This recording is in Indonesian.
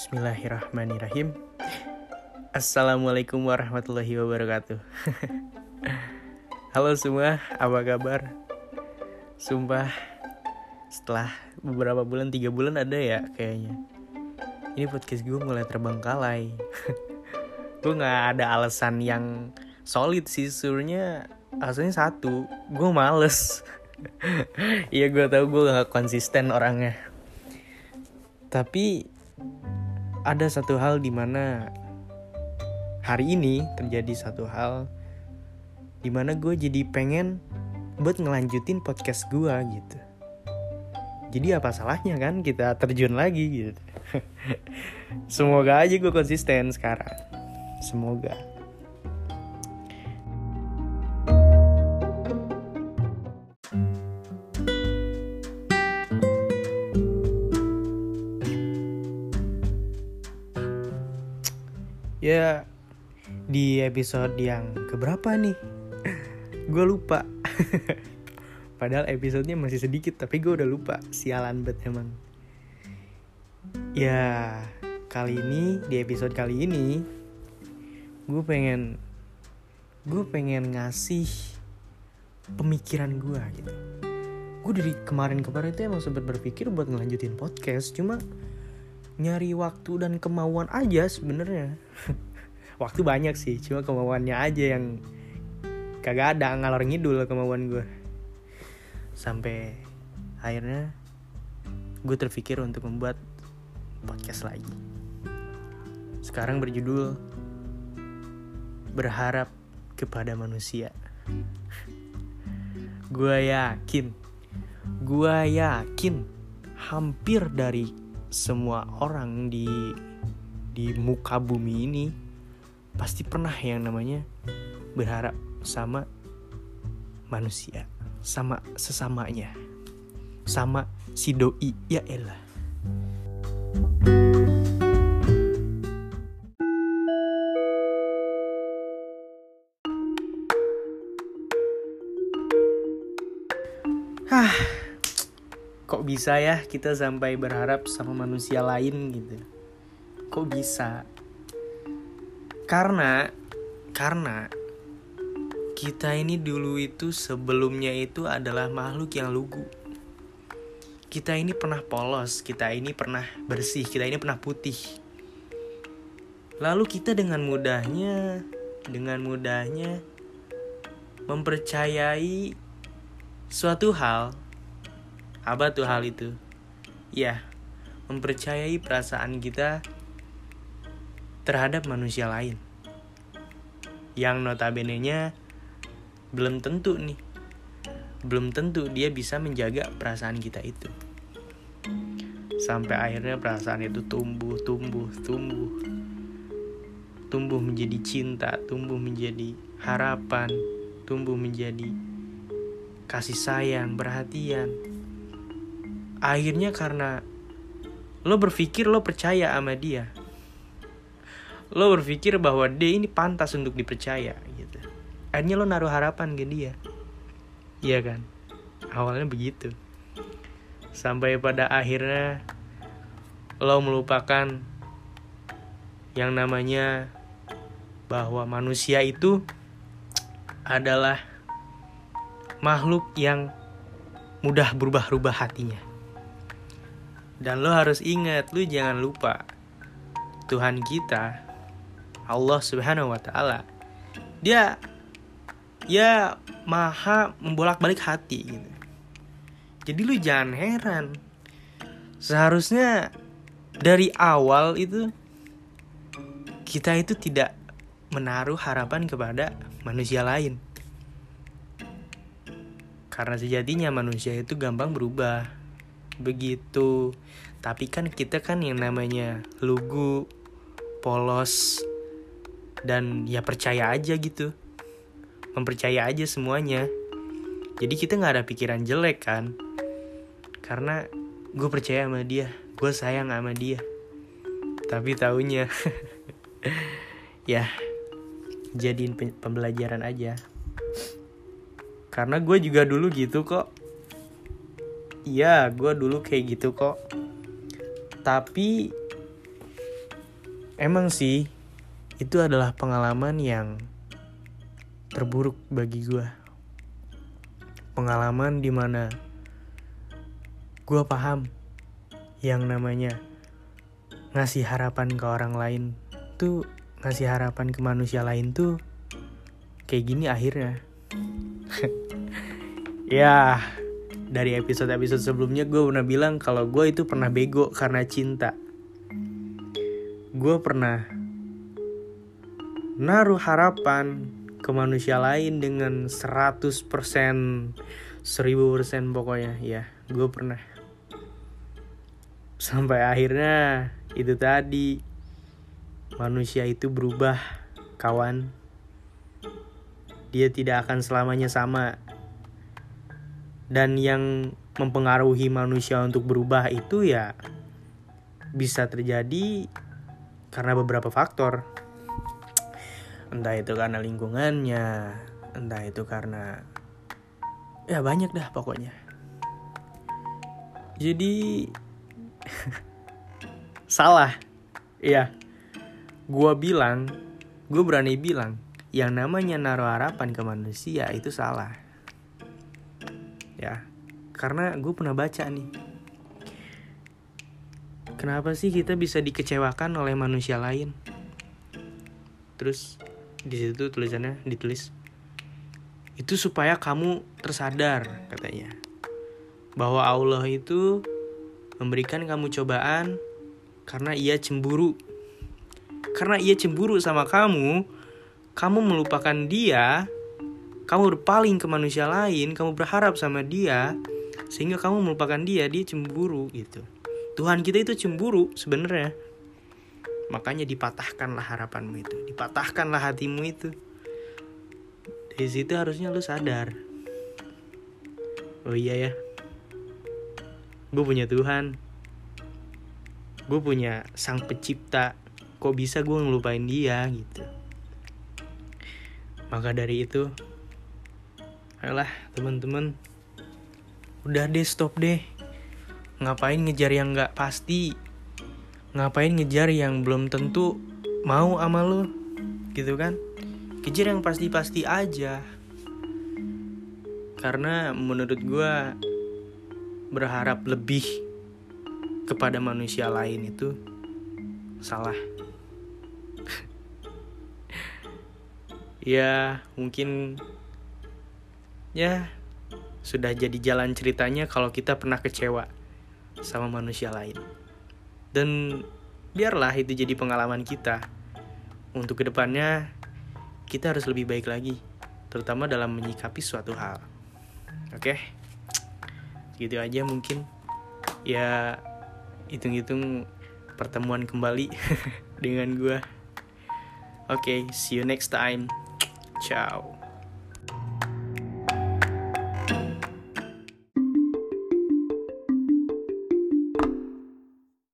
Bismillahirrahmanirrahim. Assalamualaikum warahmatullahi wabarakatuh. Halo semua, apa kabar? Sumpah, setelah beberapa bulan, 3 bulan ada ya kayaknya, ini podcast gue mulai terbengkalai. Gue gak ada alasan yang solid sih. Sebenarnya alasannya satu, gue males. Iya, gue tahu gue gak konsisten orangnya. Tapi ada satu hal di mana hari ini terjadi satu hal di mana gue jadi pengen buat ngelanjutin podcast gue gitu. Jadi apa salahnya kan kita terjun lagi gitu. Semoga aja gue konsisten sekarang. Semoga. Ya, di episode yang keberapa nih? Gue lupa. Padahal episodenya masih sedikit, tapi gue udah lupa. Sialan banget emang. Ya, kali ini, di episode kali ini, gue pengen ngasih pemikiran gue gitu. Gue dari kemarin-kemarin tuh emang sempat berpikir buat ngelanjutin podcast, cuma nyari waktu dan kemauan aja sebenarnya. Waktu banyak sih, cuma kemauannya aja yang kagak ada, ngalor ngidul kemauan gue. Sampai akhirnya gue terpikir untuk membuat podcast lagi. Sekarang berjudul Berharap Kepada Manusia. Gue yakin hampir dari semua orang di muka bumi ini pasti pernah yang namanya berharap sama manusia, sama sesamanya, sama si doi. Ya elah. Kok bisa ya kita sampai berharap sama manusia lain gitu? Kok bisa? Karena kita ini dulu itu sebelumnya itu adalah makhluk yang lugu. Kita ini pernah polos, kita ini pernah bersih, kita ini pernah putih. Lalu kita dengan mudahnya mempercayai suatu hal. Apa tuh hal itu? Ya, mempercayai perasaan kita terhadap manusia lain, yang notabene-nya belum tentu dia bisa menjaga perasaan kita itu. Sampai akhirnya perasaan itu tumbuh menjadi cinta, tumbuh menjadi harapan, tumbuh menjadi kasih sayang, perhatian. Akhirnya karena lo berpikir lo percaya sama dia, lo berpikir bahwa dia ini pantas untuk dipercaya gitu, akhirnya lo naruh harapan ke dia. Iya kan? Awalnya begitu. Sampai pada akhirnya lo melupakan yang namanya bahwa manusia itu adalah makhluk yang mudah berubah-ubah hatinya. Dan lo harus ingat, lo jangan lupa, Tuhan kita, Allah Subhanahu wa Ta'ala, Dia ya maha membolak-balik hati gitu. Jadi lu jangan heran. Seharusnya dari awal itu kita itu tidak menaruh harapan kepada manusia lain. Karena sejatinya manusia itu gampang berubah. Begitu. Tapi kan kita kan yang namanya lugu, polos, dan ya percaya aja gitu. Mempercaya aja semuanya. Jadi kita gak ada pikiran jelek kan. Karena gue percaya sama dia, gue sayang sama dia. Tapi taunya ya jadiin pembelajaran aja. Karena gue juga dulu gitu kok. Iya, gue dulu kayak gitu kok. Tapi Emang sih, itu adalah pengalaman yang terburuk bagi gue. Pengalaman dimana gue paham yang namanya ngasih harapan ke orang lain tuh, ngasih harapan ke manusia lain tuh kayak gini akhirnya. Ya, dari episode-episode sebelumnya gue pernah bilang kalau gue itu pernah bego karena cinta. Gue pernah naruh harapan ke manusia lain dengan 100%, 1000% pokoknya. Ya, gue pernah. Sampai akhirnya itu tadi, manusia itu berubah, kawan. Dia tidak akan selamanya sama. Dan yang mempengaruhi manusia untuk berubah itu ya bisa terjadi karena beberapa faktor. Entah itu karena lingkungannya, entah itu karena ya banyak dah pokoknya. Jadi salah. Iya. Gue berani bilang yang namanya naruh harapan ke manusia itu salah. Ya, karena gue pernah baca nih. Kenapa sih kita bisa dikecewakan oleh manusia lain? Terus di situ tulisannya ditulis, itu supaya kamu tersadar, katanya, bahwa Allah itu memberikan kamu cobaan karena ia cemburu. Karena ia cemburu sama kamu melupakan dia, kamu berpaling ke manusia lain, kamu berharap sama dia, sehingga kamu melupakan dia cemburu gitu. Tuhan kita itu cemburu sebenarnya. Makanya dipatahkanlah harapanmu itu, dipatahkanlah hatimu itu. Dari situ harusnya lu sadar. Oh iya ya, gue punya Tuhan, gue punya Sang Pencipta. Kok bisa gue ngelupain dia gitu. Maka dari itu, ayolah teman-teman, udah deh, stop deh. Ngapain ngejar yang gak pasti? Ngapain ngejar yang belum tentu mau sama lo? Gitu kan? Kejar yang pasti-pasti aja. Karena menurut gue, berharap lebih kepada manusia lain itu salah. Ya mungkin ya sudah jadi jalan ceritanya kalau kita pernah kecewa sama manusia lain. Dan biarlah itu jadi pengalaman kita. Untuk kedepannya kita harus lebih baik lagi, terutama dalam menyikapi suatu hal. Oke? Gitu aja mungkin. Ya hitung-hitung pertemuan kembali dengan gue. Oke, see you next time. Ciao.